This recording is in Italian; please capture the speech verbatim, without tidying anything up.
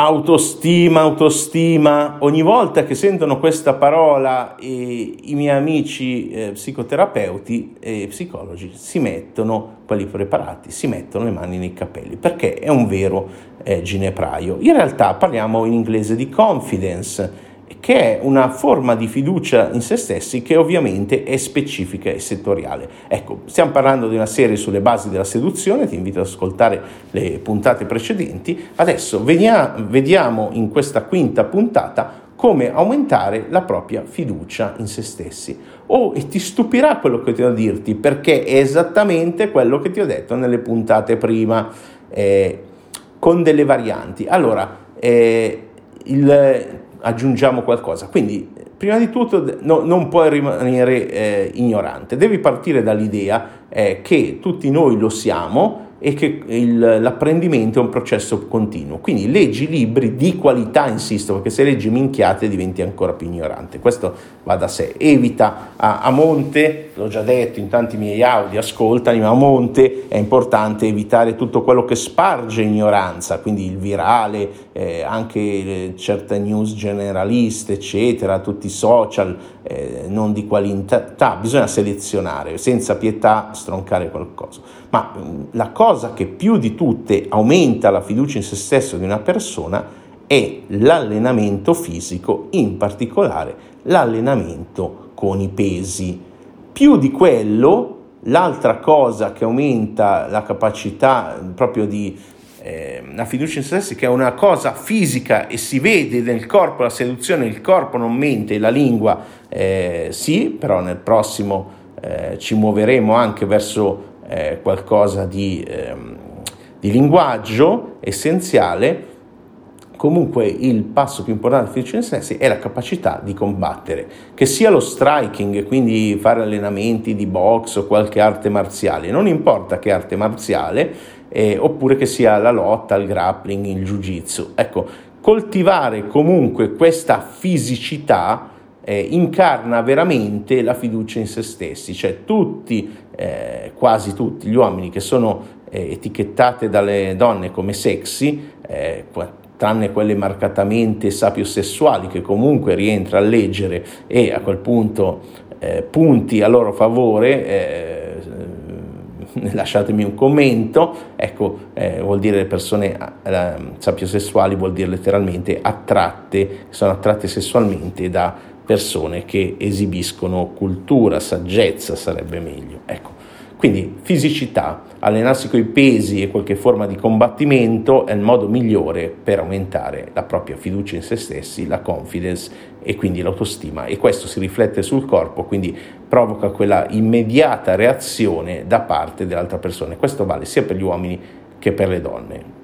Autostima, autostima, ogni volta che sentono questa parola eh, i miei amici eh, psicoterapeuti e psicologi si mettono, quelli preparati, si mettono le mani nei capelli, perché è un vero eh, ginepraio. In realtà parliamo in inglese di confidence, che è una forma di fiducia in se stessi che ovviamente è specifica e settoriale. Ecco, stiamo parlando di una serie sulle basi della seduzione, ti invito ad ascoltare le puntate precedenti. Adesso vediamo, vediamo in questa quinta puntata come aumentare la propria fiducia in se stessi. Oh, e ti stupirà quello che ti ho da dirti, perché è esattamente quello che ti ho detto nelle puntate prima, eh, con delle varianti. Allora, eh, il... aggiungiamo qualcosa, quindi prima di tutto no, non puoi rimanere eh, ignorante, devi partire dall'idea eh, che tutti noi lo siamo e che il, l'apprendimento è un processo continuo, quindi leggi libri di qualità, insisto, perché se leggi minchiate diventi ancora più ignorante, questo va da sé. Evita a, a monte, l'ho già detto in tanti miei audio, ascoltami, ma a monte è importante evitare tutto quello che sparge ignoranza, quindi il virale, eh, anche eh, certe news generaliste, eccetera, tutti i social eh, non di qualità, bisogna selezionare, senza pietà stroncare qualcosa. Ma la cosa che più di tutte aumenta la fiducia in se stesso di una persona è l'allenamento fisico, in particolare l'allenamento con i pesi. Più di quello, l'altra cosa che aumenta la capacità proprio di eh, la fiducia in se stessi, che è una cosa fisica e si vede nel corpo, la seduzione, il corpo non mente, la lingua eh, sì, però nel prossimo eh, ci muoveremo anche verso Eh, qualcosa di, ehm, di linguaggio essenziale. Comunque il passo più importante della fiducia in se stessi è la capacità di combattere, che sia lo striking, quindi fare allenamenti di box o qualche arte marziale, non importa che arte marziale, eh, oppure che sia la lotta, il grappling, il jiu-jitsu. Ecco, coltivare comunque questa fisicità Eh, incarna veramente la fiducia in se stessi, cioè tutti, eh, quasi tutti gli uomini che sono eh, etichettate dalle donne come sexy, eh, tranne quelle marcatamente sapiosessuali che comunque rientra a leggere e a quel punto eh, punti a loro favore, eh, lasciatemi un commento, ecco, eh, vuol dire le persone eh, sapiosessuali, vuol dire letteralmente attratte, sono attratte sessualmente da persone che esibiscono cultura, saggezza sarebbe meglio, ecco. Quindi fisicità, allenarsi coi pesi e qualche forma di combattimento è il modo migliore per aumentare la propria fiducia in se stessi, la confidence e quindi l'autostima, e questo si riflette sul corpo, quindi provoca quella immediata reazione da parte dell'altra persona. Questo vale sia per gli uomini che per le donne.